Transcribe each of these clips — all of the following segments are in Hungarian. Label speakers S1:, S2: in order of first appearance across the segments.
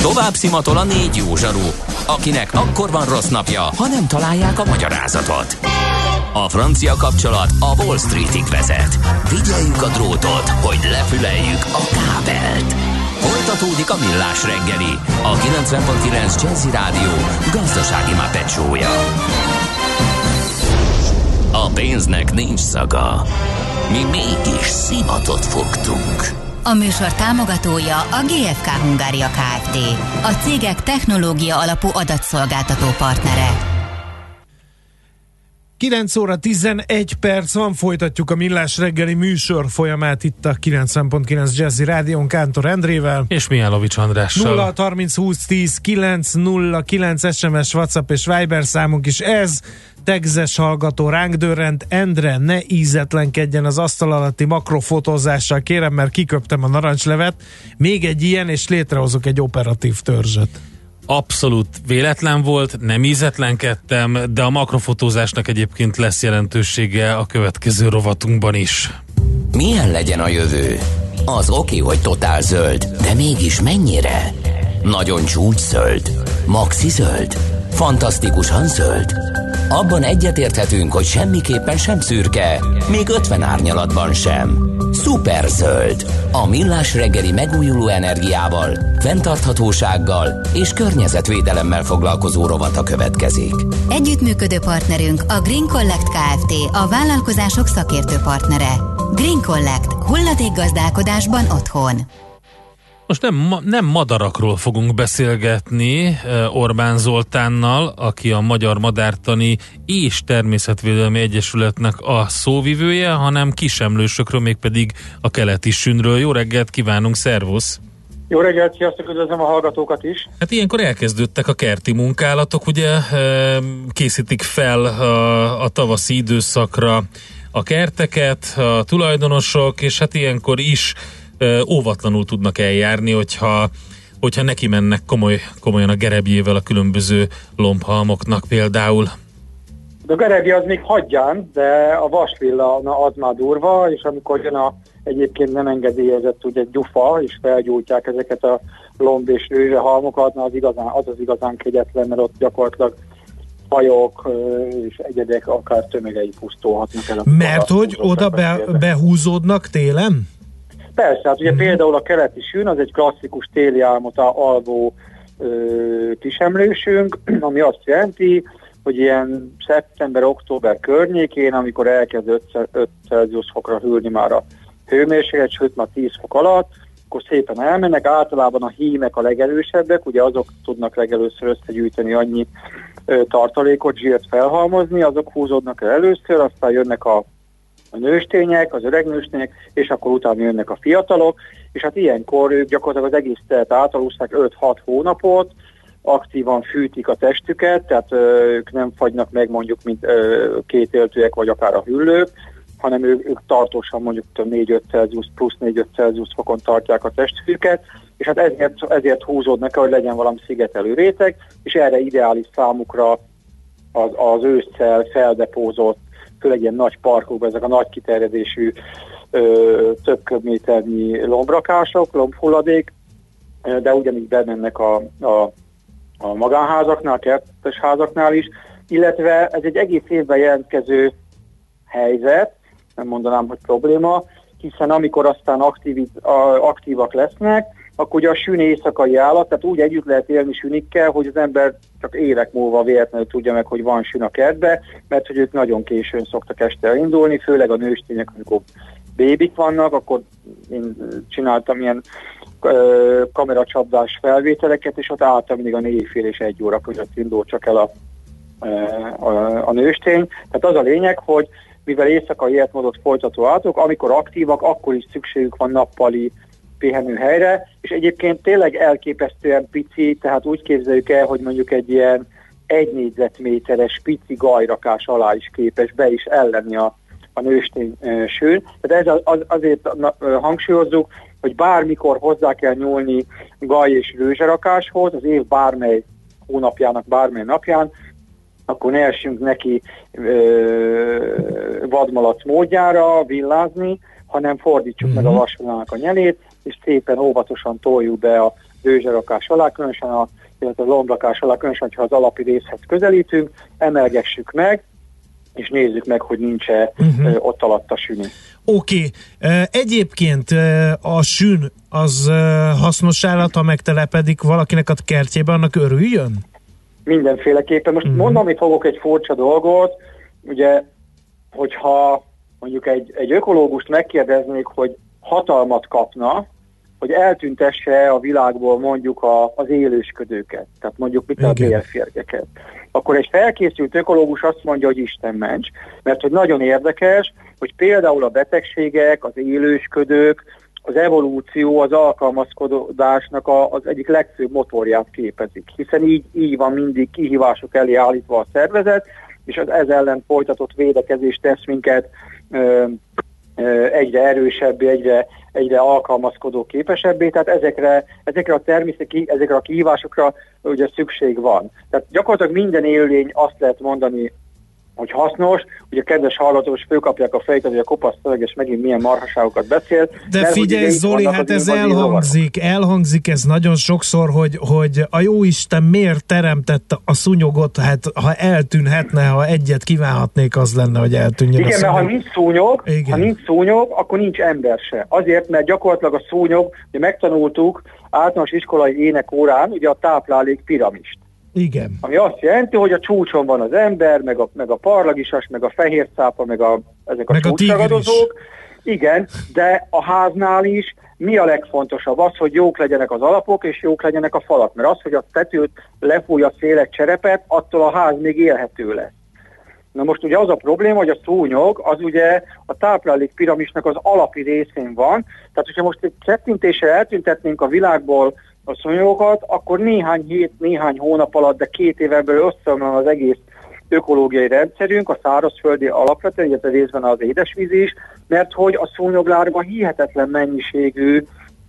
S1: Tovább szimatol a 4 jó zsaru, akinek akkor van rossz napja, ha nem találják a magyarázatot. A francia kapcsolat a Wall Streetig vezet. Figyeljük a drótot, hogy lefüleljük a kábelt. Folytatódik a Millás reggeli, a 90.9 Jazzy Rádió gazdasági mápecsója. A pénznek nincs szaga. Mi mégis szimatot fogtunk.
S2: A műsor támogatója a GFK Hungária Kft. A cégek technológia alapú adatszolgáltató partnere.
S3: 9 óra 11 perc van, folytatjuk a Millás reggeli műsor folyamát itt a 90.9 Jazzy Rádión Kántor Endrével.
S4: És Mihálovics Andrással.
S3: 0 30 20 10 9 0 9 SMS, WhatsApp és Viber számunk is ez. Tegzes hallgató ránk dörrent. Endre, ne ízetlenkedjen az asztal alatti makrofotózással, kérem, mert kiköptem a narancslevet. Még egy ilyen, és létrehozok egy operatív törzset.
S4: Abszolút véletlen volt, nem ízetlenkedtem, de a makrofotózásnak egyébként lesz jelentősége a következő rovatunkban is.
S1: Milyen legyen a jövő? Az oké, hogy totál zöld, de mégis mennyire? Nagyon csúcs zöld? Maxi zöld? Fantasztikusan zöld? Abban egyetérthetünk, hogy semmiképpen sem szürke, még 50 árnyalatban sem. Szuper zöld. A Millás reggeli megújuló energiával, fenntarthatósággal és környezetvédelemmel foglalkozó rovata következik.
S2: Együttműködő partnerünk a Green Collect Kft. A vállalkozások szakértő partnere. Green Collect. Hulladékgazdálkodásban otthon.
S4: Most nem madarakról fogunk beszélgetni Orbán Zoltánnal, aki a Magyar Madártani és Természetvédelmi Egyesületnek a szóvivője, hanem kisemlősökről, mégpedig a keleti sünről. Jó reggelt kívánunk, szervusz!
S5: Jó reggelt, sziasztok, üdvözlöm a hallgatókat is!
S4: Hát ilyenkor elkezdődtek a kerti munkálatok, ugye készítik fel a tavaszi időszakra a kerteket, a tulajdonosok, és hát ilyenkor is óvatlanul tudnak eljárni, hogyha neki mennek komolyan a gerebjével a különböző lombhalmoknak például.
S5: De a gerebje az még hagyján, de a vasvilla az már durva, és amikor jön egyébként nem engedélyezett ugye gyufa, és felgyújtják ezeket a lomb és rőzsehalmokat, az igazán kegyetlen, mert ott gyakorlatilag fajok és egyedek akár tömegei pusztulhatnak el.
S3: Mert hogy oda behúzódnak télen?
S5: Persze, hát ugye például a keleti sün az egy klasszikus téli álmot alvó kisemlősünk, ami azt jelenti, hogy ilyen szeptember-október környékén, amikor elkezd 5 Celsius fokra hűlni már a hőmérséklet, sőt már 10 fok alatt, akkor szépen elmennek, általában a hímek a legerősebbek, ugye azok tudnak legelőször összegyűjteni annyi tartalékot, zsírt felhalmozni, azok húzódnak el először, aztán jönnek a nőstények, az öreg nőstények, és akkor utána jönnek a fiatalok, és hát ilyenkor ők gyakorlatilag az egész telet átalasszák 5-6 hónapot, aktívan fűtik a testüket, tehát ők nem fagynak meg mondjuk, mint kétéltőek vagy akár a hüllők, hanem ők tartósan mondjuk 4-5 Celsius plusz 4-5 Celsius fokon tartják a testüket, és hát ezért húzódnak, hogy legyen valami szigetelő réteg, és erre ideális számukra az ősszel feldepózott, főleg ilyen nagy parkokban, ezek a nagy kiterjedésű több köbméternyi lombrakások, lombhulladék, de ugyanígy bemennek a magánházaknál, kertes házaknál is, illetve ez egy egész évben jelentkező helyzet, nem mondanám, hogy probléma, hiszen amikor aztán aktívak lesznek, akkor ugye a sün éjszakai állat, tehát úgy együtt lehet élni sünikkel, hogy az ember csak évek múlva véletlenül tudja meg, hogy van sün a kertbe, mert hogy ők nagyon későn szoktak este elindulni, főleg a nőstények, amikor bébik vannak, akkor én csináltam ilyen kameracsapdás felvételeket, és ott álltam mindig a 4 fél és 1 óra között indul csak el a nőstény. Tehát az a lényeg, hogy mivel éjszakai életmódot folytató állatok, amikor aktívak, akkor is szükségük van nappali pihenőhelyre, és egyébként tényleg elképesztően pici, tehát úgy képzeljük el, hogy mondjuk egy ilyen 1 négyzetméteres pici gajrakás alá is képes be is ellenni a nőstény sűn. Tehát ez azért hangsúlyozzuk, hogy bármikor hozzá kell nyúlni gaj és rőzserakáshoz, az év bármely hónapjának bármely napján, akkor ne essünk neki vadmalac módjára villázni, hanem fordítsuk meg a vasvonalának a nyelét, és szépen óvatosan toljuk be a bőzsarakás alá, különösen a lombrakás alá, különösen, ha az alapi részhez közelítünk, emelgessük meg, és nézzük meg, hogy nincs-e ott alatt a süni.
S3: Oké. Egyébként a sün az hasznos állat, ha megtelepedik valakinek a kertjébe, annak örüljön?
S5: Mindenféleképpen. Most mondom, hogy fogok egy furcsa dolgot, ugye, hogyha mondjuk egy ökológust megkérdeznék, hogy hatalmat kapna, hogy eltüntesse a világból mondjuk az élősködőket, tehát mondjuk a bélférgeket. Akkor egy felkészült ökológus azt mondja, hogy Isten ments, mert hogy nagyon érdekes, hogy például a betegségek, az élősködők, az evolúció, az alkalmazkodásnak az egyik legfőbb motorját képezik, hiszen így van mindig kihívások elé állítva a szervezet, és az ez ellen folytatott védekezés tesz minket egyre erősebbé, egyre alkalmazkodó képesebbé, tehát ezekre a természeti, ezekre a kihívásokra ugye szükség van. Tehát gyakorlatilag minden élőlény azt lehet mondani, hogy hasznos, ugye kedves hallgatók fölkapják a fejüket, hogy a kopasz szöveges megint milyen marhaságokat beszél.
S3: De figyelj Zoli, hát ez elhangzik ez nagyon sokszor, hogy a jóisten miért teremtette a szúnyogot, hát ha eltűnhetne, ha egyet kívánhatnék, az lenne, hogy eltűnjön.
S5: Igen, mert ha nincs szúnyog, akkor nincs ember se. Azért, mert gyakorlatilag a szúnyog, ugye megtanultuk általános iskolai énekórán, ugye a táplálék piramist.
S3: Igen.
S5: Ami azt jelenti, hogy a csúcson van az ember, meg a parlagisas, meg a fehér cápa, ezek a csúcsragadozók. Igen, de a háznál is mi a legfontosabb? Az, hogy jók legyenek az alapok, és jók legyenek a falak. Mert az, hogy a tetőt lefújja szél cserepet, attól a ház még élhető lesz. Na most ugye az a probléma, hogy a szúnyog az ugye a táplálék piramisnak az alapi részén van. Tehát, hogyha most egy csettintéssel eltüntetnénk a világból a szúnyogokat, akkor néhány hét, néhány hónap alatt, de 2 évből összeomlan az egész ökológiai rendszerünk, a szárazföldi alapvető, illetve részben az édesvíz is, mert hogy a szúnyoglárban hihetetlen mennyiségű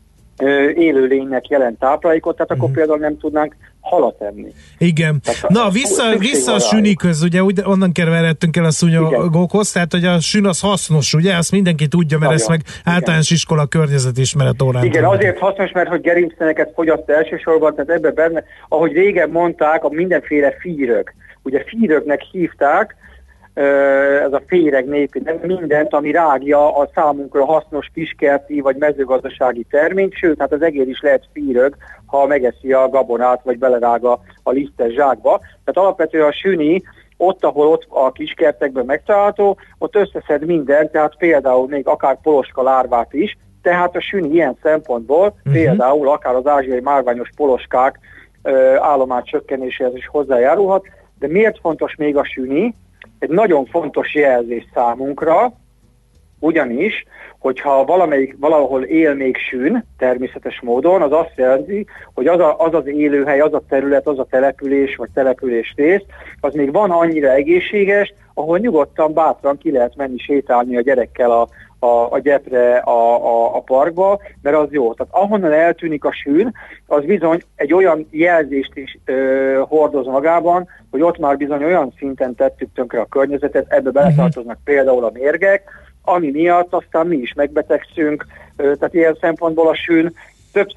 S5: élőlénynek jelent táplálékot, tehát akkor például nem tudnánk halat enni.
S3: Igen. Na, vissza a süniköz, ugye onnan keveredtünk el a szúnyogokhoz, tehát hogy a sün az hasznos, ugye? Azt mindenki tudja, mert ezt meg általános iskola környezetismeret órán.
S5: Igen, azért hasznos, mert hogy gerincsteneket fogyaszt elsősorban, tehát ebben benne, ahogy régen mondták, a mindenféle fírök. Ugye fíröknek hívták, ez a féreg népi, de mindent, ami rágja a számunkra hasznos kiskerti vagy mezőgazdasági terményt, sőt, hát az egér is lehet fírög, ha megeszi a gabonát, vagy belerág a lisztes zsákba. Tehát alapvetően a süni, ahol ott a kiskertekben megtalálható, ott összeszed mindent, tehát például még akár poloska lárvát is, tehát a süni ilyen szempontból például akár az ázsiai márványos poloskák állomás csökkenéséhez is hozzájárulhat. De miért fontos még a süni? Egy nagyon fontos jelzés számunkra, ugyanis, hogyha valahol él még sün, természetes módon, az azt jelzi, hogy az élőhely, az a terület, az a település vagy településrész, az még van annyira egészséges, ahol nyugodtan, bátran ki lehet menni sétálni a gyerekkel a gyepre, a parkba, mert az jó. Tehát ahonnan eltűnik a sün, az bizony egy olyan jelzést is hordoz magában, hogy ott már bizony olyan szinten tettük tönkre a környezetet, ebbe beletartoznak például a mérgek, ami miatt aztán mi is megbetegszünk, tehát ilyen szempontból a sün több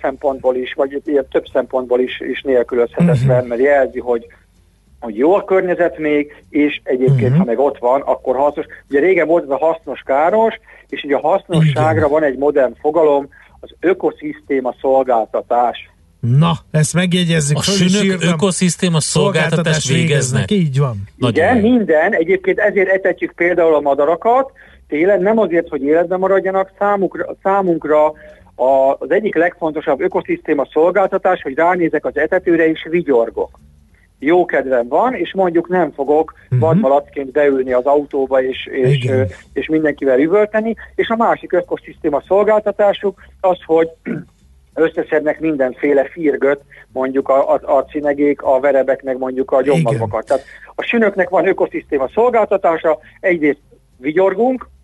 S5: szempontból is nélkülözhetetlen, mert jelzi, hogy jó a környezet még, és egyébként, ha meg ott van, akkor hasznos. Ugye régen volt ez a hasznos-káros, és ugye a hasznosságra van egy modern fogalom, az ökoszisztéma szolgáltatás.
S3: Na, ezt megjegyezzük.
S4: A sünök ökoszisztéma szolgáltatást végeznek.
S3: Így van.
S5: Igen, minden. Egyébként ezért etetjük például a madarakat, télen, nem azért, hogy életben maradjanak, számunkra az egyik legfontosabb ökoszisztéma szolgáltatás, hogy ránézek az etetőre és vigyorgok. Jó kedvem van, és mondjuk nem fogok vadmalacként beülni az autóba és mindenkivel üvölteni, és a másik ökoszisztéma szolgáltatásuk az, hogy összeszednek mindenféle firgöt, mondjuk a cinegék, a verebek, meg mondjuk a gyomagvakat. Tehát a sünöknek van ökoszisztéma szolgáltatása, egyrészt vigyorgunk,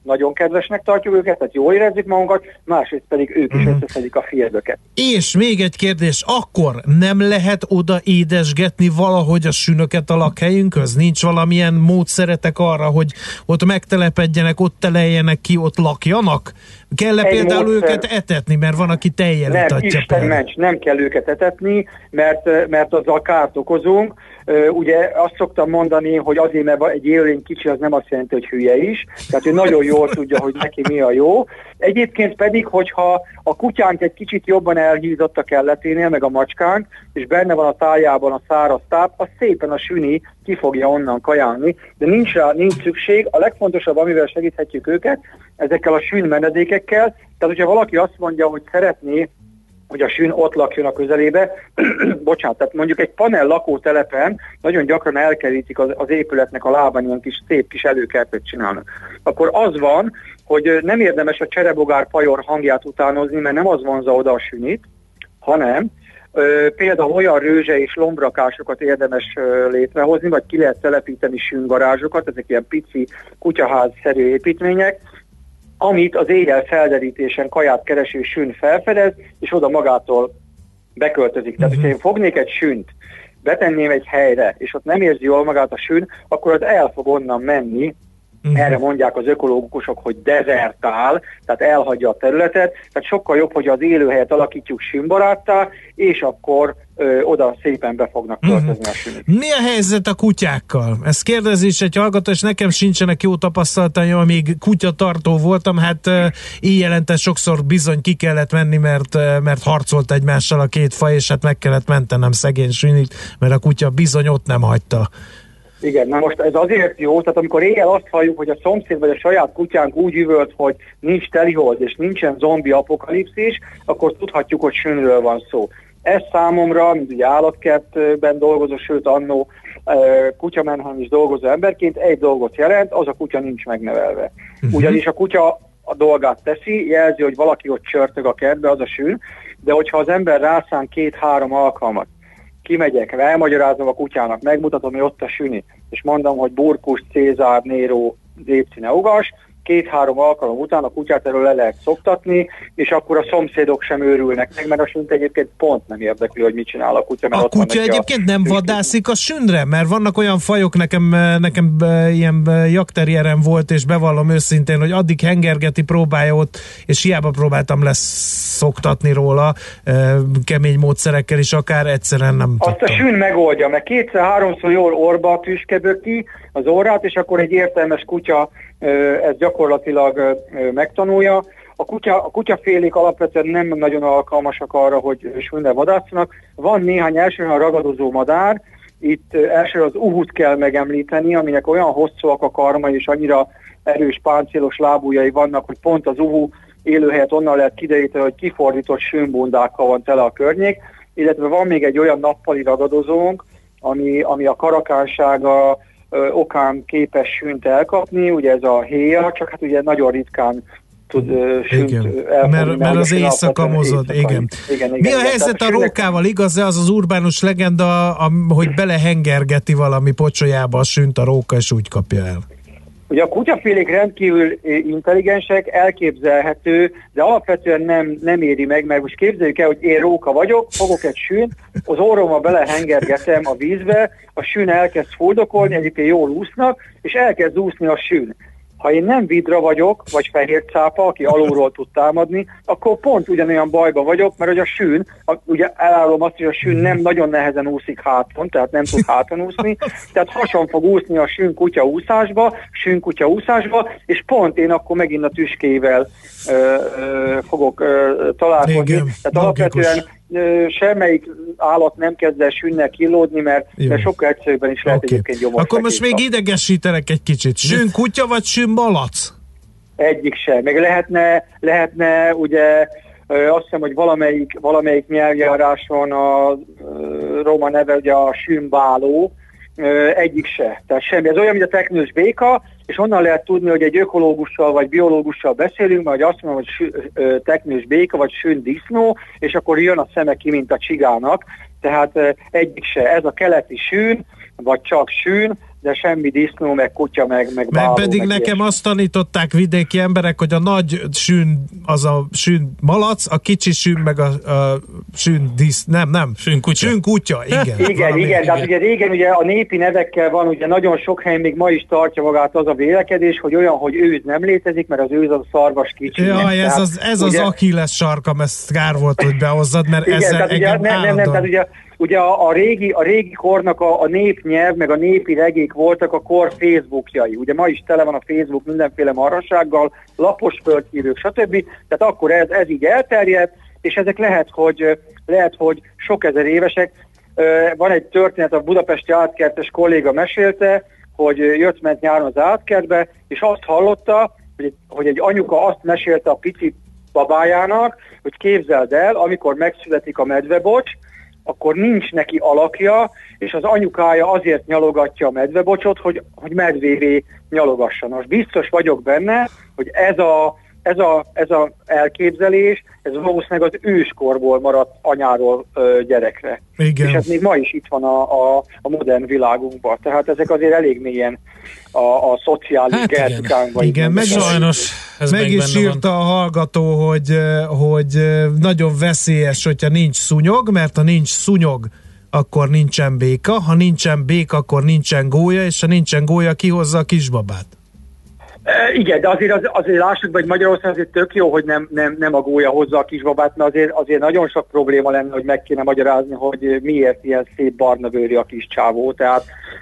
S5: nagyon kedvesnek tartjuk őket, tehát jól érezzük magunkat, másrészt pedig ők is összeszedik a férdöket.
S3: És még egy kérdés, akkor nem lehet oda édesgetni valahogy a sünöket a lakhelyünkhöz? Nincs valamilyen módszeretek arra, hogy ott megtelepedjenek, ott teleljenek ki, ott lakjanak? Kell-e például őket etetni, mert van, aki tejjel
S5: itatja? Nem, Isten ments, nem kell őket etetni, mert azzal kárt okozunk. Ugye azt szoktam mondani, hogy azért, mert egy élőlény kicsi, az nem azt jelenti, hogy hülye is. Tehát ő nagyon jól tudja, hogy neki mi a jó. Egyébként pedig, hogyha a kutyánk egy kicsit jobban elhízott a kelleténél, meg a macskánk, és benne van a tájában a száraz táp, az szépen a süni ki fogja onnan kajálni, de nincs szükség. A legfontosabb, amivel segíthetjük őket, ezekkel a sün menedékekkel. Tehát, hogyha valaki azt mondja, hogy szeretné, hogy a sün ott lakjon a közelébe, bocsánat, tehát mondjuk egy panel lakótelepen nagyon gyakran elkerítik az épületnek a lábán, ilyen kis szép kis előkertet csinálnak. Akkor az van, hogy nem érdemes a cserebogár pajor hangját utánozni, mert nem az vonza oda a sünit, hanem például olyan rőzse és lombrakásokat érdemes létrehozni, vagy ki lehet telepíteni süngarázsokat, ezek ilyen pici kutyaház-szerű építmények, amit az éjjel felderítésen kaját kereső sün felfedez, és oda magától beköltözik. Tehát, hogyha én fognék egy sünt, betenném egy helyre, és ott nem érzi jól magát a sün, akkor az el fog onnan menni. Erre mondják az ökológusok, hogy dezertál, tehát elhagyja a területet, tehát sokkal jobb, hogy az élőhelyet alakítjuk sünbaráttá, és akkor oda szépen be fognak költözni a sünök.
S3: Mi a helyzet a kutyákkal? Ezt kérdezi is egy hallgató, és nekem sincsenek jó tapasztalataim, amíg kutyatartó voltam, hát éjjelente sokszor bizony ki kellett menni, mert harcolt egymással a két faj, és hát meg kellett mentenem szegény sünit, mert a kutya bizony ott nem hagyta.
S5: Igen, na most ez azért jó, tehát amikor éjjel azt halljuk, hogy a szomszéd vagy a saját kutyánk úgy üvölt, hogy nincs telihold és nincsen zombi apokalipszis, akkor tudhatjuk, hogy sünről van szó. Ez számomra, mint ugye állatkertben dolgozó, sőt annó kutyamenhelyen is dolgozó emberként egy dolgot jelent, az a kutya nincs megnevelve. Ugyanis a kutya a dolgát teszi, jelzi, hogy valaki ott csörtög a kertbe, az a sün, de hogyha az ember rászán 2-3 alkalmat, kimegyek, elmagyarázom a kutyának, megmutatom, hogy ott a süni, és mondom, hogy Burkus, Cézár, Néró, Dépcine ugas, 2-3 alkalom után a kutyát erről le lehet szoktatni, és akkor a szomszédok sem őrülnek meg, mert a sünt egyébként pont nem érdekli, hogy mit csinál a kutya. Mert
S3: a kutya egyébként nem vadászik a sünre? Mert vannak olyan fajok, nekem ilyen jakterjerem volt, és bevallom őszintén, hogy addig hengergeti, próbálja ott, és hiába próbáltam leszoktatni róla kemény módszerekkel, és akár egyszerűen nem
S5: azt tudtam. A sün megoldja, mert 2-3-szor jól orba tüskeböki az orrát, és akkor egy értelmes kutya ezt gyakorlatilag megtanulja. A kutyafélék alapvetően nem nagyon alkalmasak arra, hogy sünre vadásznak. Van néhány elsősorban ragadozó madár, itt elsősorban az uhut kell megemlíteni, aminek olyan hosszúak a karmai és annyira erős páncélos lábujjai vannak, hogy pont az uhu élőhelyet onnan lehet kideríteni, hogy kifordított sünbundákkal van tele a környék, illetve van még egy olyan nappali ragadozónk, ami a karakánsága okán képes sünt elkapni, ugye ez a héja, csak hát ugye nagyon ritkán tud sünt elfogni.
S3: Mert az éjszaka mozod, igen. Mi a helyzet a rókával? Igaz-e az urbánus legenda, hogy belehengergeti valami pocsolyába a sünt a róka, és úgy kapja el?
S5: Ugye a kutyafélék rendkívül intelligensek, elképzelhető, de alapvetően nem éri meg, mert most képzeljük el, hogy én róka vagyok, fogok egy sűnt, az orrommal belehengergetem a vízbe, a sűn elkezd fuldokolni, egyébként jól úsznak, és elkezd úszni a sűn. Ha én nem vidra vagyok, vagy fehér cápa, aki alulról tud támadni, akkor pont ugyanolyan bajban vagyok, mert hogy a sűn, ugye elállom azt, hogy a sűn nem nagyon nehezen úszik háton, tehát nem tud háton úszni, tehát hason fog úszni a sűn kutya úszásba, és pont én akkor megint a tüskével fogok találkozni.
S3: Igen,
S5: tehát alapvetően semmelyik állat nem kezd el sűnnel kilódni, mert sokkal egyszerűbben is lehet egyébként gyomor.
S3: Akkor most még idegesítenek egy kicsit. Sűn kutya vagy sűn malac?
S5: Egyik sem. Meg lehetne ugye azt hiszem, hogy valamelyik nyelvjáráson a roma neve ugye a sűnbáló, egyik se. Tehát semmi. Ez olyan, mint a teknős béka, és onnan lehet tudni, hogy egy ökológussal vagy biológussal beszélünk, mert azt mondom, hogy teknős béka vagy sűn disznó, és akkor jön a szeme ki, mint a csigának. Tehát egyik se. Ez a keleti sűn, vagy csak sűn, de semmi disznó, meg kutya, meg báló.
S3: Pedig nekem azt tanították vidéki emberek, hogy a nagy sűn az a sűn malac, a kicsi sűn meg a sűn nem.
S4: Sűn
S3: kutya, igen.
S5: Igen. Tehát ugye régen ugye a népi nevekkel van, ugye nagyon sok helyen még ma is tartja magát az a vélekedés, hogy olyan, hogy őz nem létezik, mert az őz az a szarvas kicsi.
S3: Jaj, ez az Achilles sarkam, ezt kár volt, hogy behozzad, mert
S5: igen,
S3: ezzel
S5: engem tehát ugye a régi kornak a népnyelv, meg a népi regék voltak a kor Facebookjai. Ugye ma is tele van a Facebook mindenféle marhasággal, lapos földhívők, stb. Tehát akkor ez így elterjedt, és ezek lehet, hogy sok ezer évesek. Van egy történet, a budapesti átkertes kolléga mesélte, hogy jött-ment nyáron az átkertbe, és azt hallotta, hogy egy anyuka azt mesélte a pici babájának, hogy képzeld el, amikor megszületik a medvebocs, akkor nincs neki alakja, és az anyukája azért nyalogatja a medvebocsot, hogy medvévé nyalogasson. Most biztos vagyok benne, hogy ez a elképzelés, ez valószínűleg az őskorból maradt anyáról gyerekre.
S3: Igen.
S5: És ez még ma is itt van a modern világunkban. Tehát ezek azért elég mélyen a szociális gertikánkban.
S3: Igen,
S4: sajnos ez
S3: meg is írta a hallgató, hogy nagyon veszélyes, hogyha nincs szúnyog, mert ha nincs szúnyog, akkor nincsen béka, ha nincsen béka, akkor nincsen gólya, és ha nincsen gólya, kihozza a kisbabát.
S5: Igen, de azért lássuk be, hogy Magyarországon azért tök jó, hogy nem a gólya hozza a kisbabát, mert azért nagyon sok probléma lenne, hogy meg kéne magyarázni, hogy miért ilyen szép barna bőrű a kis csávó, tehát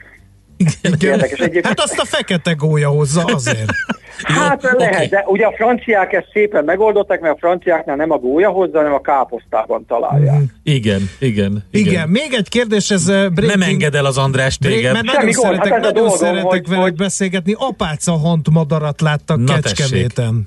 S5: érdekes.
S3: Hát azt a fekete gólya hozza azért.
S5: Hát jó, lehet, okay. De ugye a franciák ezt szépen megoldották, mert a franciáknál nem a gólya hozza, hanem a káposztában találják.
S4: Igen.
S3: Még egy kérdés, ez
S4: nem enged el az András téged.
S3: Mert nagyon szeretek veled beszélgetni. Apáca hantmadarat láttak Kecskeméten.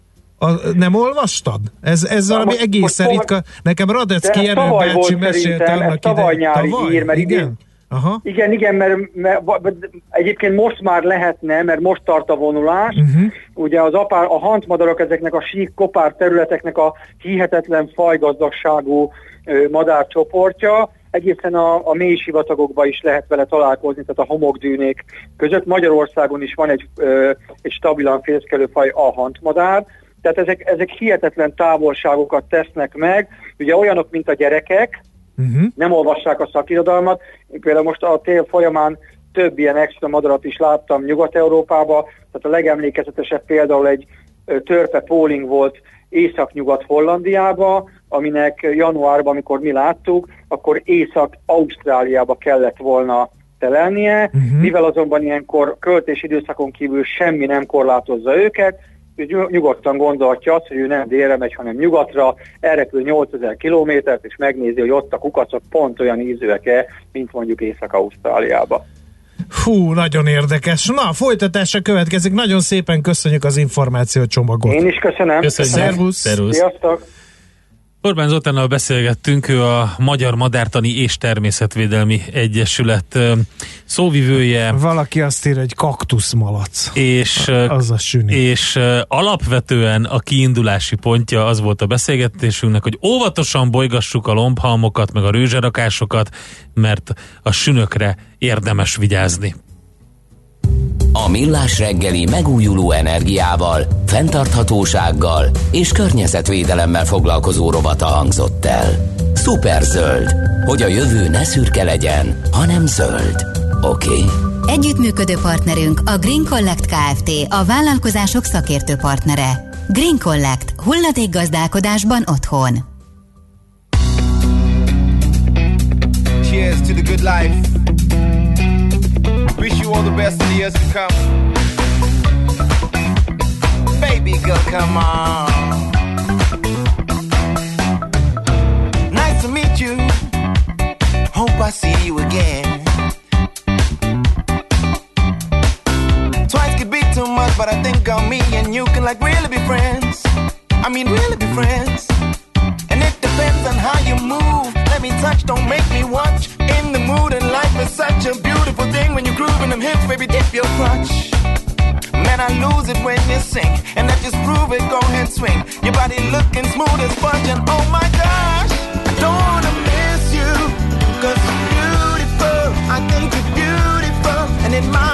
S3: Nem olvastad? Ez valami egészen ritka. Nekem Radecki Jenő bácsi mesélte annak
S5: tavaly-nyári hír, mert
S3: igen. Aha.
S5: Igen, mert egyébként most már lehetne, mert most tart a vonulás. Ugye a hantmadarak ezeknek a sík, kopár területeknek a hihetetlen fajgazdagságú madárcsoportja. Egészen a mély sivatagokban is lehet vele találkozni, tehát a homokdűnék között. Magyarországon is van egy stabilan fészkelő faj, a hantmadár. Tehát ezek hihetetlen távolságokat tesznek meg. Ugye olyanok, mint a gyerekek, nem olvassák a szakirodalmat. Például most a tél folyamán több ilyen extra madarat is láttam Nyugat-Európában, tehát a legemlékezetesebb például egy törpe póling volt Észak-Nyugat-Hollandiába, aminek januárban, amikor mi láttuk, akkor Észak-Ausztráliába kellett volna telelnie, mivel azonban ilyenkor költési időszakon kívül semmi nem korlátozza őket, nyugodtan gondolhatja azt, hogy ő nem délre megy, hanem nyugatra, elrepül 8000 kilométert, és megnézi, hogy ott a kukacok pont olyan ízűek-e, mint mondjuk Észak-Ausztráliába.
S3: Hú, nagyon érdekes. Na, folytatásra következik. Nagyon szépen köszönjük az információcsomagot.
S5: Én is köszönöm.
S3: Szervusz.
S5: Sziasztok.
S4: Orbán Zoltánnal beszélgettünk, ő a Magyar Madártani és Természetvédelmi Egyesület szóvivője.
S3: Valaki azt írja, hogy kaktuszmalac.
S4: És,
S3: az a süni.
S4: És alapvetően a kiindulási pontja az volt a beszélgetésünknek, hogy óvatosan bolygassuk a lombhalmokat, meg a rőzserakásokat, mert a sünökre érdemes vigyázni.
S1: A Millás reggeli megújuló energiával, fenntarthatósággal és környezetvédelemmel foglalkozó rovata hangzott el. Szuperzöld, hogy a jövő ne szürke legyen, hanem zöld. Oké?
S2: Együttműködő partnerünk a Green Collect Kft. A vállalkozások szakértő partnere. Green Collect. Hulladékgazdálkodásban otthon.
S6: Cheers to the good life. Wish you all the best in the years to come. Baby girl, come on. Nice to meet you. Hope I see you again. Twice could be too much, but I think on me and you can like really be friends. I mean really be friends. And it depends on how you move. Let me touch, don't make me watch. In the mood and life is such a beautiful thing. When you groove in them hips, baby, dip your crotch. Man, I lose it when you sing. And that just prove it, go ahead, swing. Your body looking smooth as sponge. And oh my gosh, I don't wanna miss you. Cause you're beautiful, I think you're beautiful. And it might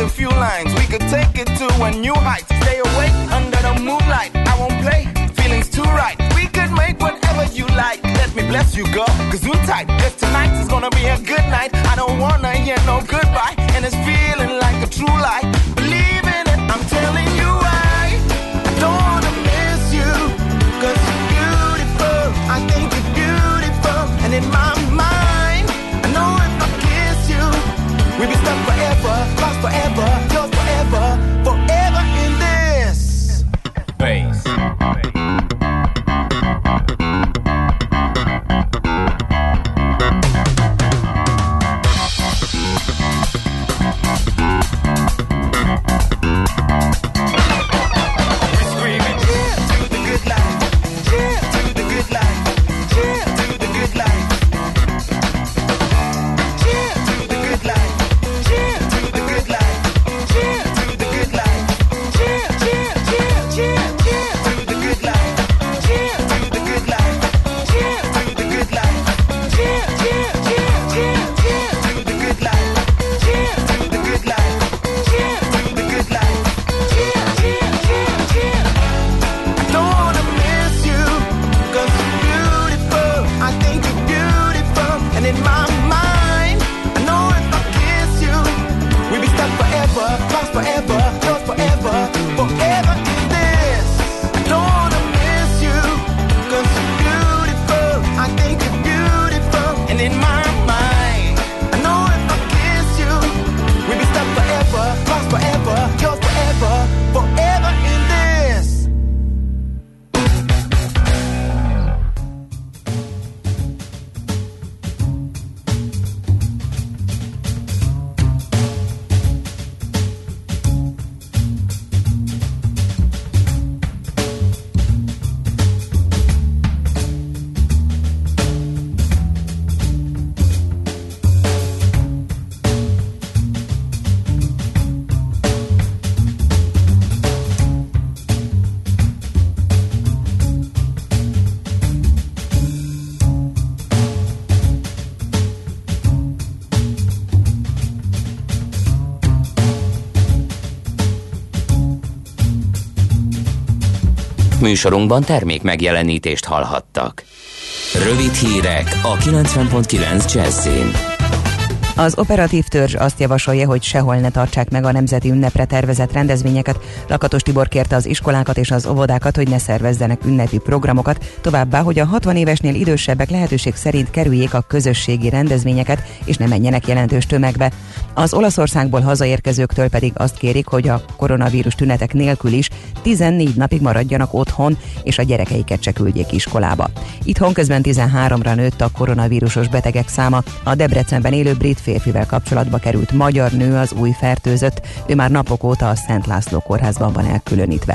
S6: a few lines, we could take it to a new height. Stay awake under the moonlight, I won't play, feelings too right. We could make whatever you like, let me bless you, girl, cause you tight. Cause tonight is gonna be a good night. I don't wanna hear no goodbye, and it's feeling like a true lie. Believe in it, I'm telling you why. I don't wanna miss you, cause you're beautiful. I think you're beautiful, and in my mind, I know if I kiss you, we'll be stuck forever, lost forever, yours forever, forever in this space.
S1: Műsorunkban termék megjelenítést hallhattak. Rövid hírek a 90.9 Jazzin.
S7: Az operatív törzs azt javasolja, hogy sehol ne tartsák meg a nemzeti ünnepre tervezett rendezvényeket. Lakatos Tibor kérte az iskolákat és az óvodákat, hogy ne szervezzenek ünnepi programokat, továbbá, hogy a 60 évesnél idősebbek lehetőség szerint kerüljék a közösségi rendezvényeket, és ne menjenek jelentős tömegbe. Az Olaszországból hazaérkezőktől pedig azt kérik, hogy a koronavírus tünetek nélkül is 14 napig maradjanak otthon, és a gyerekeiket se küldjék iskolába. Itthon közben 13-ra nőtt a koronavírusos betegek száma. A Debrecenben élő brit férfivel kapcsolatba került magyar nő az új fertőzött, ő már napok óta a Szent László kórházban van elkülönítve.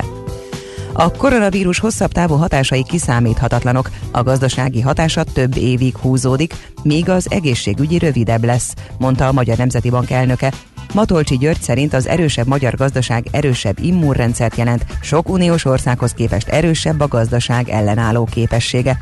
S7: A koronavírus hosszabb távú hatásai kiszámíthatatlanok, a gazdasági hatása több évig húzódik, míg az egészségügyi rövidebb lesz, mondta a Magyar Nemzeti Bank elnöke. Matolcsy György szerint az erősebb magyar gazdaság erősebb immunrendszert jelent, sok uniós országhoz képest erősebb a gazdaság ellenálló képessége.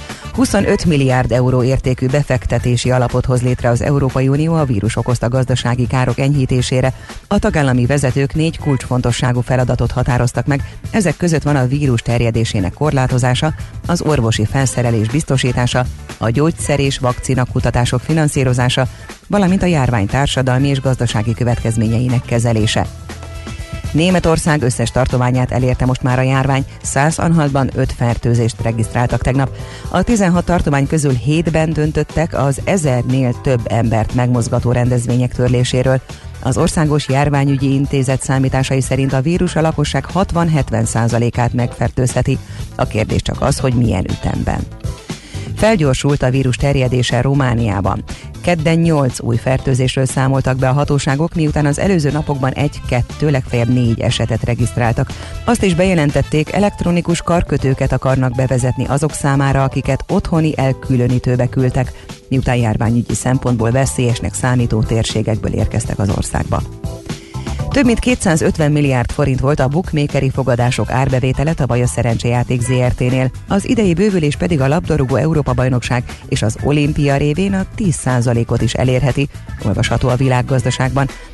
S7: 25 milliárd euró értékű befektetési alapot hoz létre az Európai Unió a vírus okozta gazdasági károk enyhítésére. A tagállami vezetők 4 kulcsfontosságú feladatot határoztak meg, ezek között van a vírus terjedésének korlátozása, az orvosi felszerelés biztosítása, a gyógyszer és vakcina kutatások finanszírozása, valamint a járvány társadalmi és gazdasági következményeinek kezelése. Németország összes tartományát elérte most már a járvány, 100 Anhaltban 5 fertőzést regisztráltak tegnap. A 16 tartomány közül 7-ben döntöttek az 1000-nél több embert megmozgató rendezvények törléséről. Az Országos Járványügyi Intézet számításai szerint a vírus a lakosság 60-70%-át megfertőzheti. A kérdés csak az, hogy milyen ütemben. Felgyorsult a vírus terjedése Romániában. Kedden 8 új fertőzésről számoltak be a hatóságok, miután az előző napokban 1-2, legfeljebb 4 esetet regisztráltak. Azt is bejelentették, elektronikus karkötőket akarnak bevezetni azok számára, akiket otthoni elkülönítőbe küldtek, miután járványügyi szempontból veszélyesnek számító térségekből érkeztek az országba. Több mint 250 milliárd forint volt a bookmakeri fogadások árbevétele tavaly a Szerencsejáték Zrt-nél. Az idei bővülés pedig a labdarúgó Európa-bajnokság és az olimpia révén a 10%-ot is elérheti, olvasható a Világgazdaságban.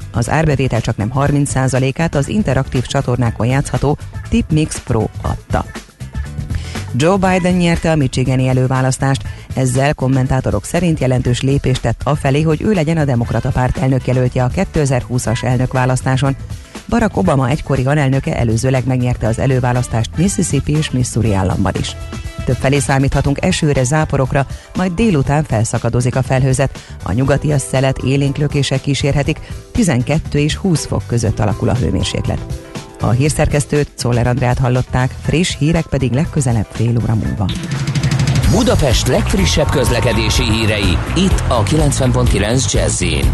S7: Az árbevétel csaknem 30%-át az interaktív csatornákon játszható Tipmix Pro adta. Joe Biden nyerte a michigani előválasztást, ezzel kommentátorok szerint jelentős lépést tett afelé, hogy ő legyen a demokrata párt elnökjelöltje a 2020-as elnökválasztáson. Barack Obama egykori alelnöke előzőleg megnyerte az előválasztást Mississippi és Missouri államban is. Többfelé számíthatunk esőre, záporokra, majd délután felszakadozik a felhőzet. A nyugatias szelet élénk lökések kísérhetik, 12 és 20 fok között alakul a hőmérséklet. A hírszerkesztőt, Czoller Andrát hallották, friss hírek pedig legközelebb fél óra múlva.
S1: Budapest legfrissebb közlekedési hírei, itt a 90.9 Jazz-in.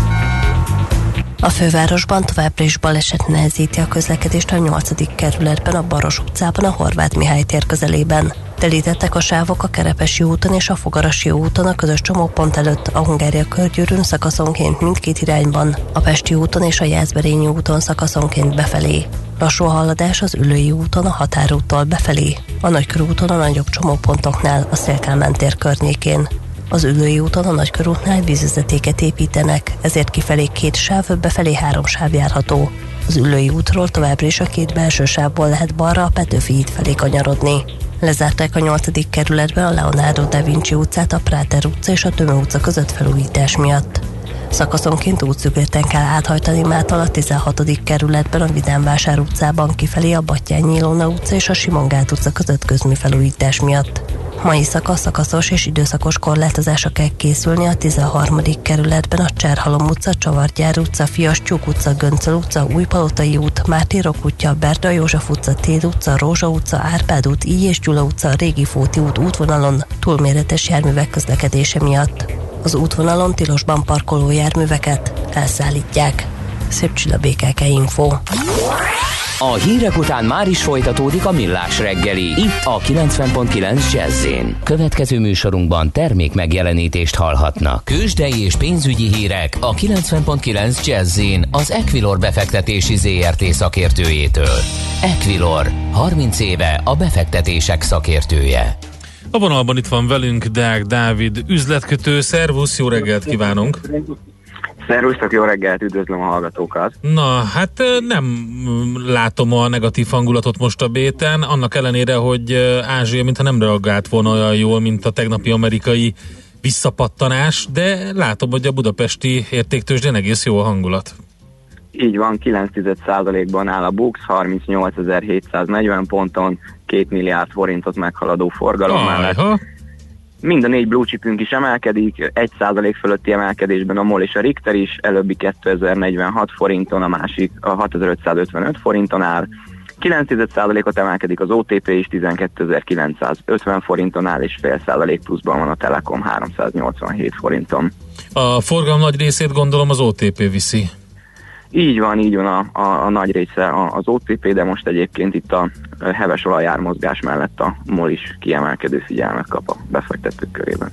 S8: A fővárosban továbbra is baleset nehezíti a közlekedést a 8. kerületben, a Baros utcában, a Horváth Mihály tér közelében. Telítettek a sávok a Kerepesi úton és a Fogarasi úton a közös csomópont előtt, a Hungária körgyűrűn szakaszonként mindkét irányban, a Pesti úton és a Jászberényi úton szakaszonként befelé. Lassú a haladás az Üllői úton a Határúttól befelé, a Nagykörúton a nagyobb csomópontoknál, a Széll-Kálmán tér környékén. Az Üllői úton a Nagykörútnál vízvezetéket építenek, ezért kifelé 2 sáv, befelé 3 sáv járható. Az Üllői útról továbbra is a 2 belső sávból lehet balra a Petőfi híd felé kanyarodni. Lezárták a 8. kerületben a Leonardo da Vinci utcát, a Práter utca és a Tömő utca között felújítás miatt. Szakaszonként útszűkületen kell áthajtani mától a 16. kerületben a Vidánvásár utcában kifelé a Batthyány Ilona utca és a Simon-Gát utca között közműfelújítás miatt. Mai szakaszos és időszakos korlátozásra kell készülni a 13. kerületben a Cserhalom utca, Csavargyár utca, Fiastyúk utca, Göncöl utca, Újpalotai út, Mártírok útja, Berda József utca, Téd utca, Rózsa utca, Árpád út, Íj és Gyula utca, Régi Fóti út útvonalon túlméretes járművek közlekedése miatt. Az útvonalon tilosban parkoló járműveket elszállítják. Szép Csilla, BKK Info.
S1: A hírek után már is folytatódik a Millás reggeli, itt a 90.9 Jazz-in. Következő műsorunkban termék megjelenítést hallhatnak. Kősdei és pénzügyi hírek a 90.9 Jazz-in az Equilor befektetési ZRT szakértőjétől. Equilor, 30 éve a befektetések szakértője.
S4: A vonalban itt van velünk Deák Dávid, üzletkötő. Szervusz, jó reggelt kívánunk!
S9: Szervusztok, jó reggelt, üdvözlöm a hallgatókat!
S4: Na, hát nem látom a negatív hangulatot most a béten, annak ellenére, hogy Ázsia mintha nem reagált volna olyan jól, mint a tegnapi amerikai visszapattanás, de látom, hogy a budapesti értéktőzsdén egész jó a hangulat.
S9: Így van, 9%-ban áll a BUX, 38.740 ponton, 2 milliárd forintot meghaladó forgalom mellett. Mind a 4 blue chipünk is emelkedik, 1% fölötti emelkedésben a MOL és a Richter is, előbbi 2046 forinton, a másik a 6555 forinton áll. 9%-ot emelkedik az OTP is, 12.950 forinton áll, és fél százalék pluszban van a Telekom 387 forinton.
S4: A forgalom nagy részét gondolom az OTP viszi.
S9: Így van a nagy része az OTP, de most egyébként itt a heves olajármozgás mellett a MOL is kiemelkedő figyelmet kap a befektetők körében.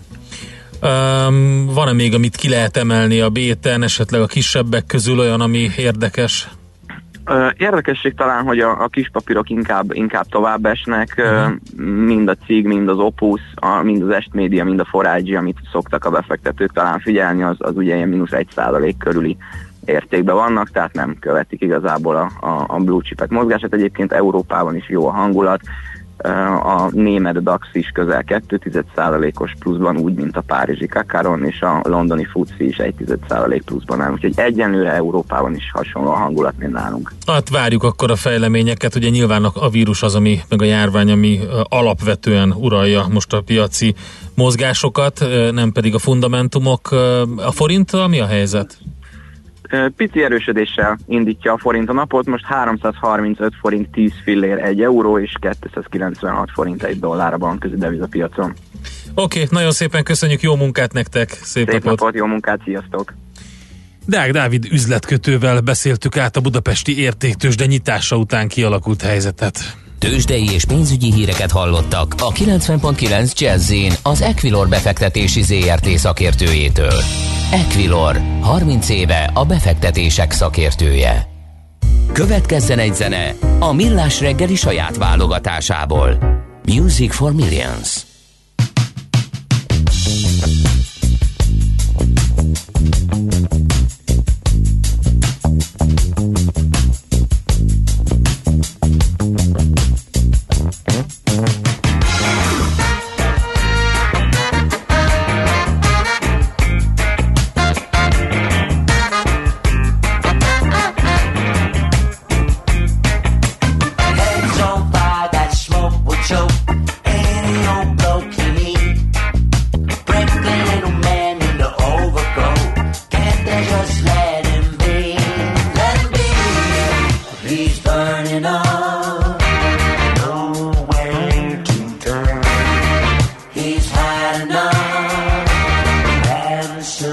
S4: Van-e még, amit ki lehet emelni a béten, esetleg a kisebbek közül olyan, ami érdekes?
S9: Érdekesség talán, hogy a kis papírok inkább tovább esnek, mind a CIG, mind az Opus, mind az Est Média, mind a Forágyi, amit szoktak a befektetők talán figyelni, az ugye ilyen -1% körüli értékben vannak, tehát nem követik igazából a blue chipek mozgását. Egyébként Európában is jó a hangulat, a német DAX is közel 2,1%-os pluszban, úgy, mint a párizsi Kakaron, és a londoni FTSE is 1,1% pluszban áll, úgyhogy egyenlőre Európában is hasonló a hangulat, mint nálunk. Hát
S4: várjuk akkor a fejleményeket, ugye nyilván a vírus az, ami, meg a járvány, ami alapvetően uralja most a piaci mozgásokat, nem pedig a fundamentumok. A forinttal mi a helyzet?
S9: Pici erősödéssel indítja a forint a napot, most 335 forint 10 fillér 1 euró, és 296 forint 1 dollár a bankközi devizapiacon.
S4: Oké, nagyon szépen köszönjük, jó munkát nektek, szép napot,
S9: jó munkát, sziasztok!
S4: Deák Dávid üzletkötővel beszéltük át a budapesti értéktőzsde nyitása után kialakult helyzetet.
S1: Tőzsdei és pénzügyi híreket hallottak a 90.9 Jazz-in az Equilor befektetési ZRT szakértőjétől. Equilor, 30 éve a befektetések szakértője. Következzen egy zene a Millás reggeli saját válogatásából. Music for Millions.
S10: had enough. And so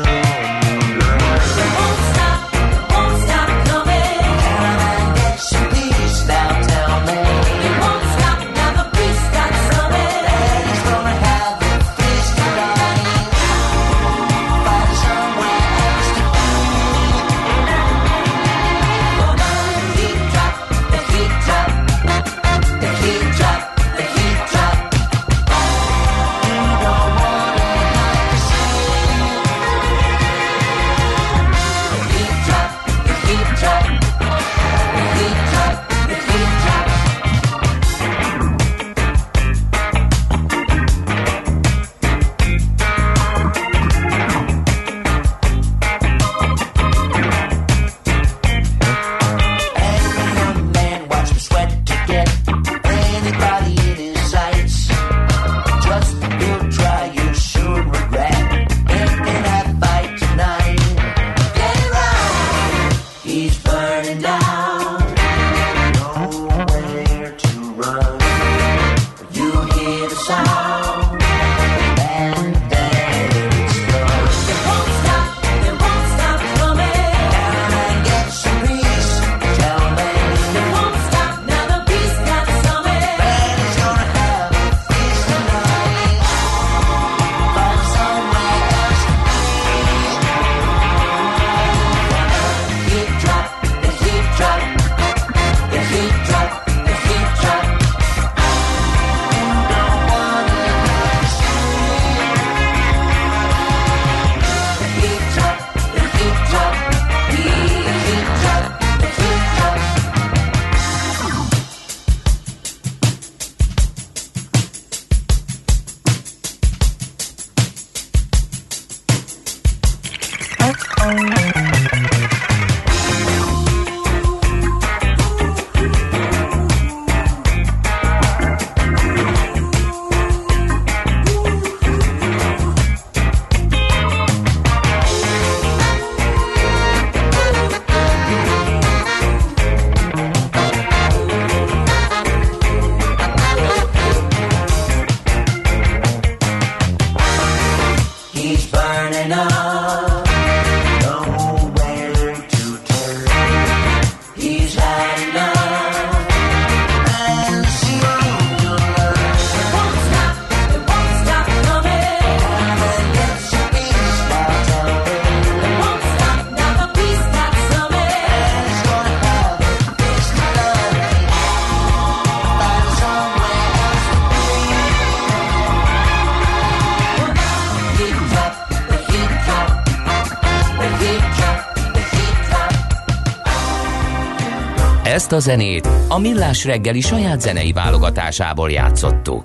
S1: Ezt a zenét a Millás reggeli saját zenei válogatásából játszottuk.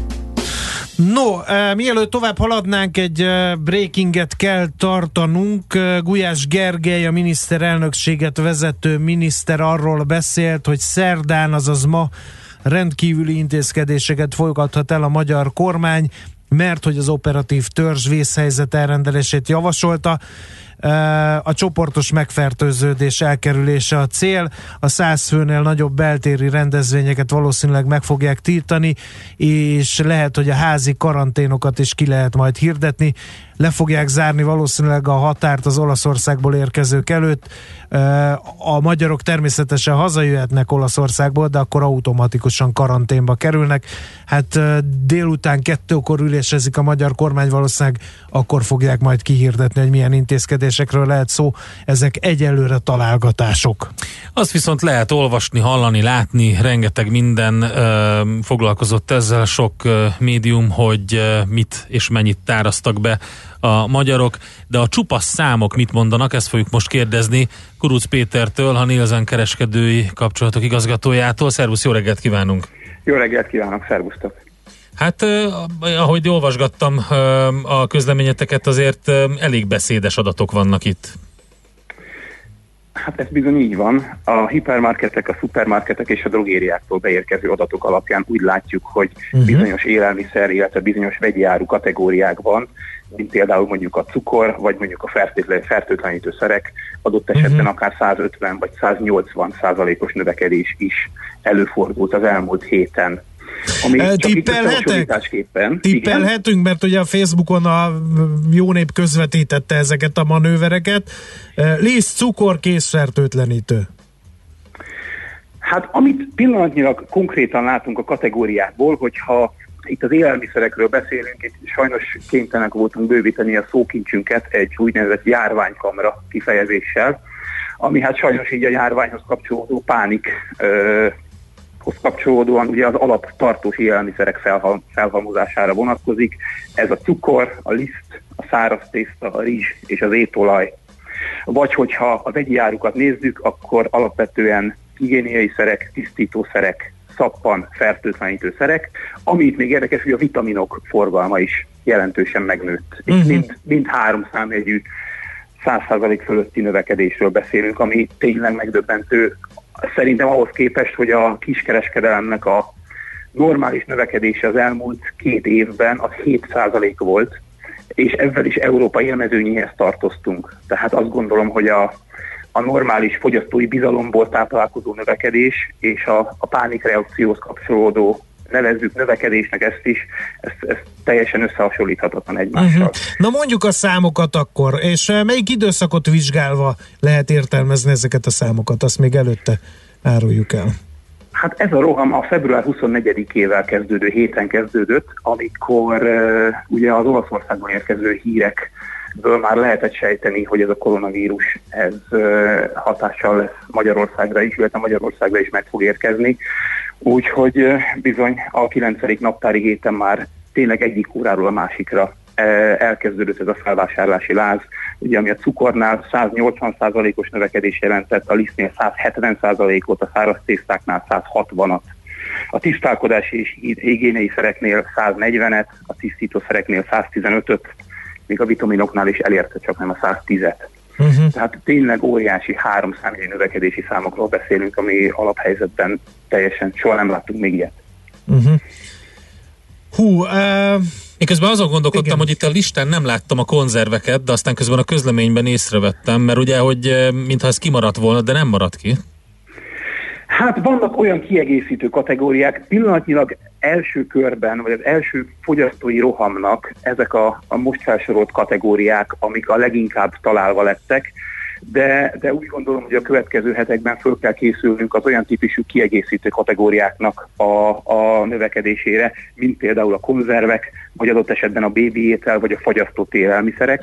S3: No, mielőtt tovább haladnánk, egy breakinget kell tartanunk. Gulyás Gergely, a miniszterelnökséget vezető miniszter arról beszélt, hogy szerdán, azaz ma rendkívüli intézkedéseket fogadhat el a magyar kormány, mert hogy az operatív törzs vészhelyzet elrendelését javasolta. A csoportos megfertőződés elkerülése a cél. A 100 főnél nagyobb beltéri rendezvényeket valószínűleg meg fogják tiltani, és lehet, hogy a házi karanténokat is ki lehet majd hirdetni. Le fogják zárni valószínűleg a határt az Olaszországból érkezők előtt. A magyarok természetesen hazajöhetnek Olaszországból, de akkor automatikusan karanténba kerülnek. Hát délután 2-kor ülésezik a magyar kormány, valószínűleg akkor fogják majd kihirdetni, hogy milyen intézkedésekről lehet szó. Ezek egyelőre találgatások.
S4: Azt viszont lehet olvasni, hallani, látni, rengeteg minden foglalkozott ezzel, sok médium, hogy mit és mennyit tárasztak be a magyarok, de a csupasz számok mit mondanak, ezt fogjuk most kérdezni Kuruc Pétertől, a Nielsen kereskedői kapcsolatok igazgatójától. Szervusz, jó reggelt kívánunk!
S11: Jó reggelt kívánok, szervusztok!
S4: Hát, ahogy olvasgattam a közleményeteket, azért elég beszédes adatok vannak itt.
S11: Hát ez bizony így van. A hipermarketek, a szupermarketek és a drogériáktól beérkező adatok alapján úgy látjuk, hogy bizonyos élelmiszer, illetve bizonyos vegyi áru kategóriákban, mint például mondjuk a cukor, vagy mondjuk a fertőtlenítőszerek, adott esetben akár 150 vagy 180% növekedés is előfordult az elmúlt héten.
S3: Tippelhetünk, mert ugye a Facebookon a jó nép közvetítette ezeket a manővereket. Liszt, cukor, készfertőtlenítő.
S11: Hát amit pillanatnyilag konkrétan látunk a kategóriákból, hogyha itt az élelmiszerekről beszélünk, itt sajnos kénytelenek voltunk bővíteni a szókincsünket egy úgynevezett járványkamra kifejezéssel, ami hát sajnos így a járványhoz kapcsolódó pánikhoz kapcsolódóan ugye az alaptartós élelmiszerek felhalmozására vonatkozik. Ez a cukor, a liszt, a száraz tészta, a rizs és az étolaj. Vagy hogyha a vegyi árukat nézzük, akkor alapvetően higiéniai szerek, tisztítószerek, szappan, fertőtlenítőszerek, ami itt még érdekes, hogy a vitaminok forgalma is jelentősen megnőtt. Itt mind 3 számjegyű 100% fölötti növekedésről beszélünk, ami tényleg megdöbbentő. Szerintem ahhoz képest, hogy a kiskereskedelemnek a normális növekedése az elmúlt 2 évben az 7% volt, és ezzel is Európa élmezőnyéhez tartoztunk. Tehát azt gondolom, hogy a normális fogyasztói bizalomból táplálkozó növekedés és a pánikreakcióhoz kapcsolódó, nevezzük növekedésnek ezt teljesen összehasonlíthatatlan egymással.
S3: Na mondjuk a számokat akkor, és melyik időszakot vizsgálva lehet értelmezni ezeket a számokat, azt még előtte áruljuk el.
S11: Hát ez a roham a február 24-ével kezdődő héten kezdődött, amikor ugye az Olaszországban érkező hírekből már lehetett sejteni, hogy ez a koronavírus ez hatással lesz Magyarországra is, illetve Magyarországra is meg fog érkezni. Úgyhogy bizony a 9. naptári héten már tényleg egyik óráról a másikra elkezdődött ez a felvásárlási láz, ugye ami a cukornál 180%-os növekedés jelentett, a lisztnél 170%-ot, a száraz tésztáknál 160-at, a tisztálkodási és higiéniai szereknél 140-et, a tisztítószereknél 115-öt, míg a vitaminoknál is elérte csak nem a 110-et. Tehát tényleg óriási 3 számjegyű növekedési számokról beszélünk, ami alaphelyzetben teljesen soha nem láttunk még ilyet.
S4: Én közben azon gondolkodtam, hogy itt a listán nem láttam a konzerveket, de aztán közben a közleményben észrevettem, mert ugye, hogy mintha ez kimaradt volna, de nem maradt ki.
S11: Hát vannak olyan kiegészítő kategóriák, pillanatnyilag első körben, vagy az első fogyasztói rohamnak ezek a most felsorolt kategóriák, amik a leginkább találva lettek, de úgy gondolom, hogy a következő hetekben föl kell készülnünk az olyan típusú kiegészítő kategóriáknak a növekedésére, mint például a konzervek, vagy adott esetben a bébi étel, vagy a fagyasztott élelmiszerek,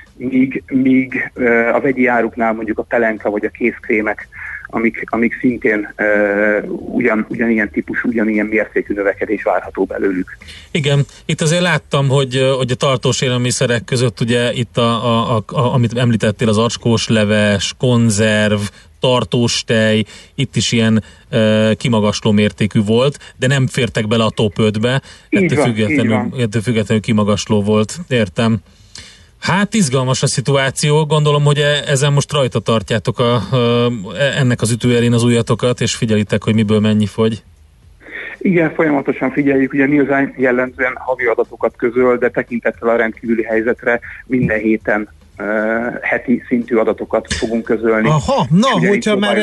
S11: míg a vegyi áruknál mondjuk a pelenka, vagy a kézkrémek, amik szintén ugyanilyen típusú, ugyanilyen mértékű növekedés várható belőlük.
S4: Igen, itt azért láttam, hogy a tartós élelmiszerek között ugye itt amit említettél, az acskós leves, konzerv, tartós tej, itt is ilyen kimagasló mértékű volt, de nem fértek bele a top 5-be, ettől függetlenül kimagasló volt, értem. Hát izgalmas a szituáció, gondolom, hogy ezen most rajta tartjátok ennek az ütőerén az ujjatokat, és figyelitek, hogy miből mennyi fogy.
S11: Igen, folyamatosan figyeljük, ugye Nielsen jellemzően havi adatokat közöl, de tekintettel a rendkívüli helyzetre minden héten heti szintű adatokat fogunk közölni.
S3: Aha, na, hogyha már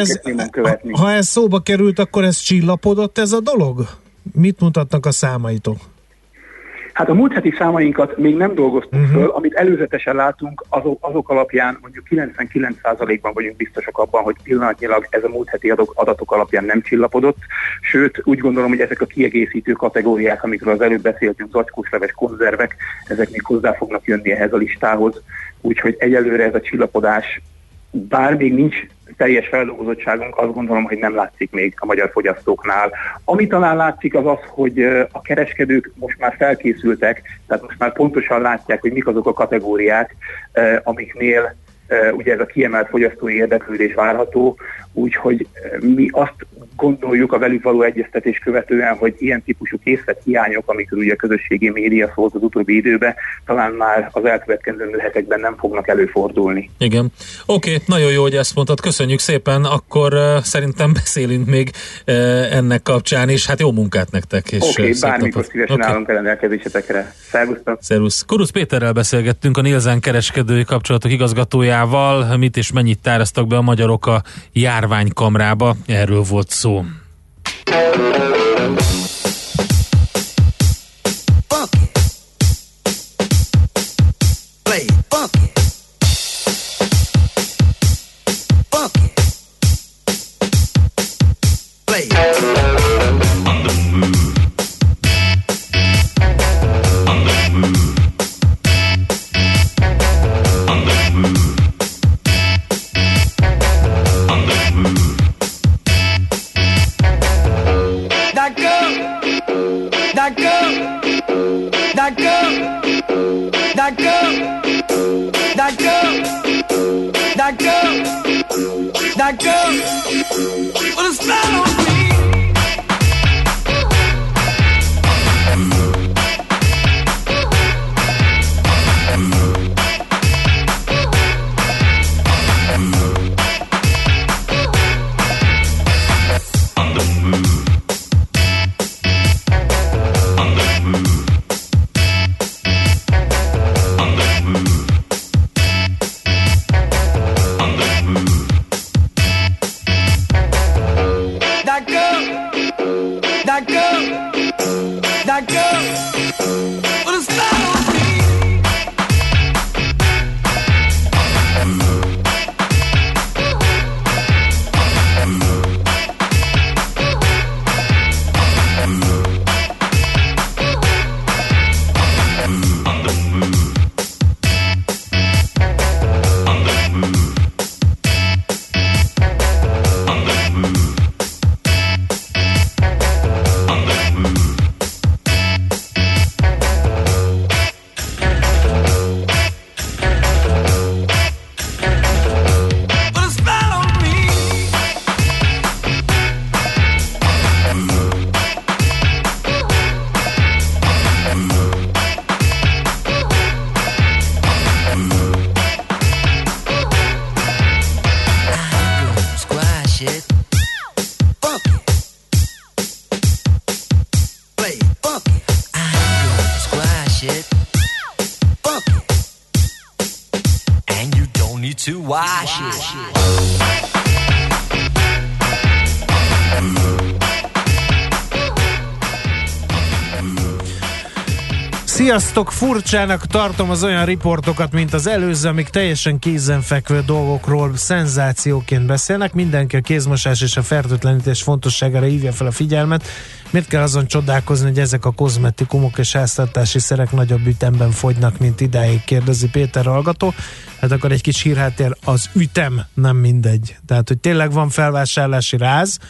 S3: ha ez szóba került, akkor ez csillapodott ez a dolog? Mit mutatnak a számaitok?
S11: Hát a múlt heti számainkat még nem dolgoztuk föl, amit előzetesen látunk, azok alapján mondjuk 99%-ban vagyunk biztosak abban, hogy pillanatnyilag ez a múlt heti adatok alapján nem csillapodott, sőt úgy gondolom, hogy ezek a kiegészítő kategóriák, amikről az előbb beszéltünk, zacskós leves, konzervek, ezek még hozzá fognak jönni ehhez a listához, úgyhogy egyelőre ez a csillapodás, bár még nincs teljes feldolgozottságunk, azt gondolom, hogy nem látszik még a magyar fogyasztóknál. Ami talán látszik az az, hogy a kereskedők most már felkészültek, tehát most már pontosan látják, hogy mik azok a kategóriák, amiknél ugye ez a kiemelt fogyasztói érdeklődés várható, úgyhogy mi azt gondoljuk a velük való egyeztetés követően, hogy ilyen típusú készlethiányok, amikről ugye a közösségi média szólt az utóbbi időben, talán már az elkövetkező hetekben nem fognak előfordulni.
S4: Igen. Oké, nagyon jó, hogy ezt mondtad. Köszönjük szépen, akkor szerintem beszélünk még ennek kapcsán, és hát jó munkát nektek.
S11: Oké, bármikor szívesen állunk a rendelkezésetekre. Szervusztok!
S4: Szervusz! Kuruc Péterrel beszélgettünk, a Nielsen kereskedői kapcsolatok igazgatójával. Mit és mennyit tároztak be a magyarok a járványkamrába? Erről volt szó.
S6: that girl, that girl, that girl, that girl, put a spell on me.
S3: Sziasztok! Furcsának tartom az olyan riportokat, mint az előző, amik teljesen kézenfekvő dolgokról szenzációként beszélnek. Mindenki a kézmosás és a fertőtlenítés fontosságára hívja fel a figyelmet. Miért kell azon csodálkozni, hogy ezek a kozmetikumok és háztartási szerek nagyobb ütemben fogynak, mint idáig, kérdezi Péter hallgató. Hát akkor egy kis hírháttér, az ütem nem mindegy. Tehát, hogy tényleg van felvásárlási ráz,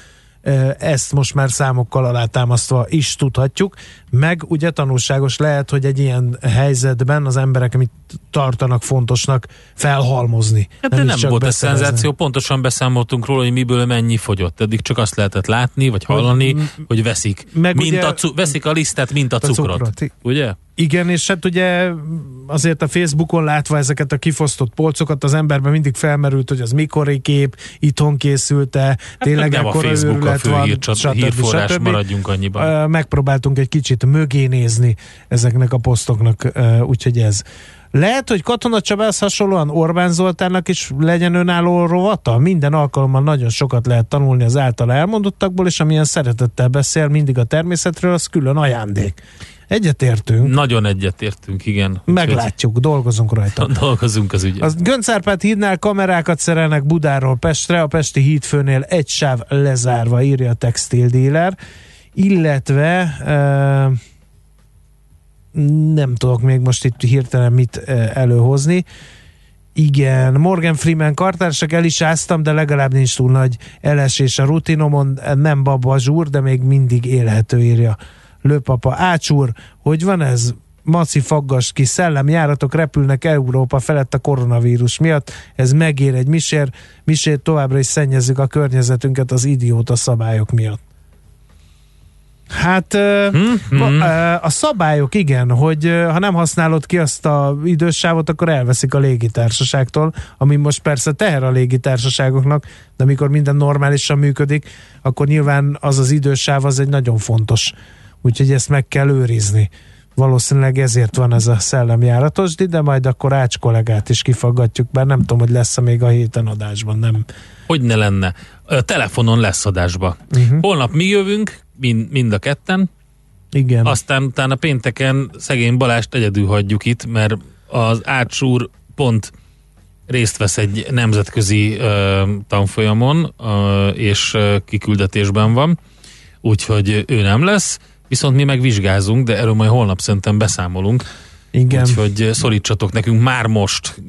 S3: ezt most már számokkal alátámasztva is tudhatjuk, meg ugye tanulságos lehet, hogy egy ilyen helyzetben az emberek mit tartanak fontosnak felhalmozni.
S4: Hát de nem volt ez szenzáció, pontosan beszámoltunk róla, hogy miből mennyi fogyott. Eddig csak azt lehetett látni, vagy hallani, hogy veszik. Veszik a lisztet, mint a cukrot. Ugye?
S3: Igen, és hát ugye azért a Facebookon látva ezeket a kifosztott polcokat, az emberben mindig felmerült, hogy az mikori kép, itthon készült-e, hát tényleg
S4: nem
S3: ekkora
S4: a Facebook a fő hírforrás,
S3: stb.
S4: Maradjunk annyiban.
S3: Megpróbáltunk egy kicsit mögé nézni ezeknek a posztoknak, úgyhogy ez. Lehet, hogy Katona Csabához hasonlóan Orbán Zoltánnak is legyen önálló rovata? Minden alkalommal nagyon sokat lehet tanulni az általa elmondottakból, és amilyen szeretettel beszél mindig a természetről, az külön ajándék. Egyetértünk.
S4: Nagyon egyetértünk, igen.
S3: Meglátjuk, dolgozunk rajta.
S4: Dolgozunk az ügyen.
S3: A Göncz Árpád hídnál kamerákat szerelnek Budáról Pestre, a pesti hídfőnél egy sáv lezárva, írja a textildíler, illetve nem tudok még most itt hirtelen mit előhozni. Igen, Morgan Freeman kartársak, el is áztam, de legalább nincs túl nagy elesés a rutinomon, nem babazsúr, de még mindig élhető, írja Lőpapa. Ácsúr, hogy van ez? Maci faggast ki, szellemjáratok repülnek Európa felett a koronavírus miatt, ez megér egy misért, továbbra is szennyezzük a környezetünket az idióta szabályok miatt. Hát a szabályok igen, hogy ha nem használod ki azt az idősávot, akkor elveszik a légitársaságtól, ami most persze teher a légitársaságoknak, de amikor minden normálisan működik, akkor nyilván az idősáv az egy nagyon fontos. Úgyhogy ezt meg kell őrizni. Valószínűleg ezért van ez a szellemjáratos, de majd akkor Ács kollégát is kifaggatjuk, bár nem tudom, hogy lesz-e még a héten adásban, nem?
S4: Hogy ne lenne. Telefonon lesz adásba. Holnap mi jövünk, mind a ketten.
S3: Igen.
S4: Aztán utána pénteken szegény Balást egyedül hagyjuk itt, mert az Ács úr pont részt vesz egy nemzetközi tanfolyamon, és kiküldetésben van, úgyhogy ő nem lesz, viszont mi megvizsgázunk, de erről majd holnap szerintem beszámolunk.
S3: Igen.
S4: Úgyhogy szorítsatok nekünk már most,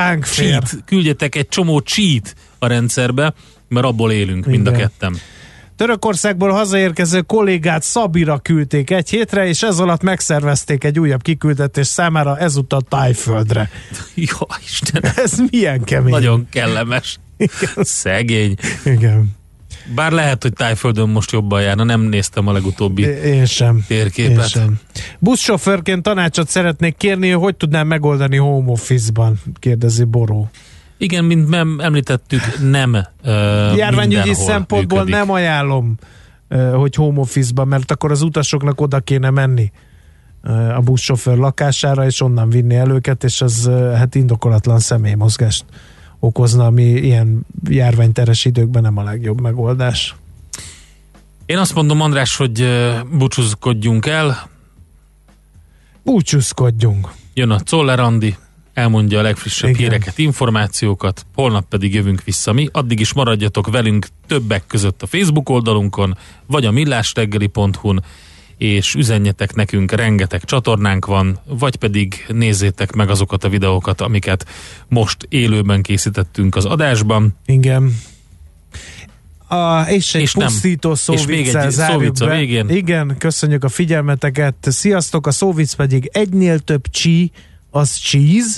S4: küldjetek egy csomó cheat a rendszerbe, mert abból élünk mind a ketten.
S3: Törökországból hazaérkező kollégát Szabira küldték egy hétre, és ez alatt megszervezték egy újabb kiküldetés számára, ezúttal Tájföldre.
S4: Jó, Istenem.
S3: Ez milyen kemény.
S4: Nagyon kellemes.
S3: Igen.
S4: Szegény.
S3: Igen.
S4: Bár lehet, hogy Tájföldön most jobban járna, nem néztem a legutóbbi térképet.
S3: Én sem. Buszsofőrként tanácsot szeretnék kérni, hogy tudnám megoldani home office-ban, kérdezi Boró.
S4: Igen, mint említettük, nem
S3: járványügyi
S4: mindenhol
S3: szempontból
S4: működik.
S3: Nem ajánlom, hogy home office-ban, mert akkor az utasoknak oda kéne menni a buszsofőr lakására, és onnan vinni el őket, és az hát indokolatlan személymozgást okozna, ami ilyen járványteres időkben nem a legjobb megoldás.
S4: Én azt mondom, András, hogy búcsúzkodjunk el.
S3: Búcsúzkodjunk.
S4: Jön a Czoller Andi, elmondja a legfrissebb
S3: Igen.
S4: híreket, információkat, holnap pedig jövünk vissza mi. Addig is maradjatok velünk többek között a Facebook oldalunkon, vagy a millásreggeli.hu-n, és üzenjetek nekünk, rengeteg csatornánk van, vagy pedig nézzétek meg azokat a videókat, amiket most élőben készítettünk az adásban.
S3: Igen. És egy
S4: És nem.
S3: pusztító
S4: És még
S3: szóviccel
S4: egy
S3: zárjuk
S4: szóvic a
S3: be.
S4: végén.
S3: Igen, köszönjük a figyelmeteket. Sziasztok, a szóvic pedig egynél több csí, az cheese.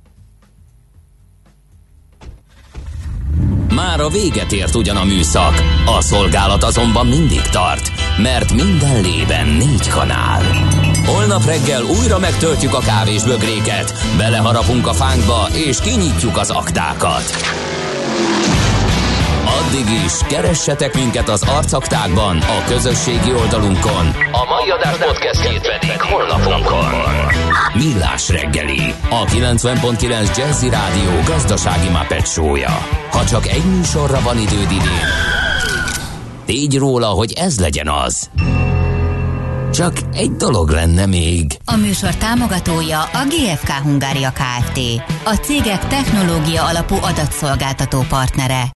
S1: Már a véget ért ugyan a műszak, a szolgálat azonban mindig tart, mert minden lében 4 kanál. Holnap reggel újra megtöltjük a kávésbögréket, beleharapunk a fánkba és kinyitjuk az aktákat. Addig is keressetek minket az arcaktákban, a közösségi oldalunkon. A mai adás podcastjét pedig honlapunkon. Millás reggeli, a 90.9 Jazzy Rádió gazdasági Muppet show-ja. Ha csak egy műsorra van időd idén, tégy róla, hogy ez legyen az. Csak egy dolog lenne még.
S2: A műsor támogatója a GFK Hungária Kft. A cégek technológia alapú adatszolgáltató partnere.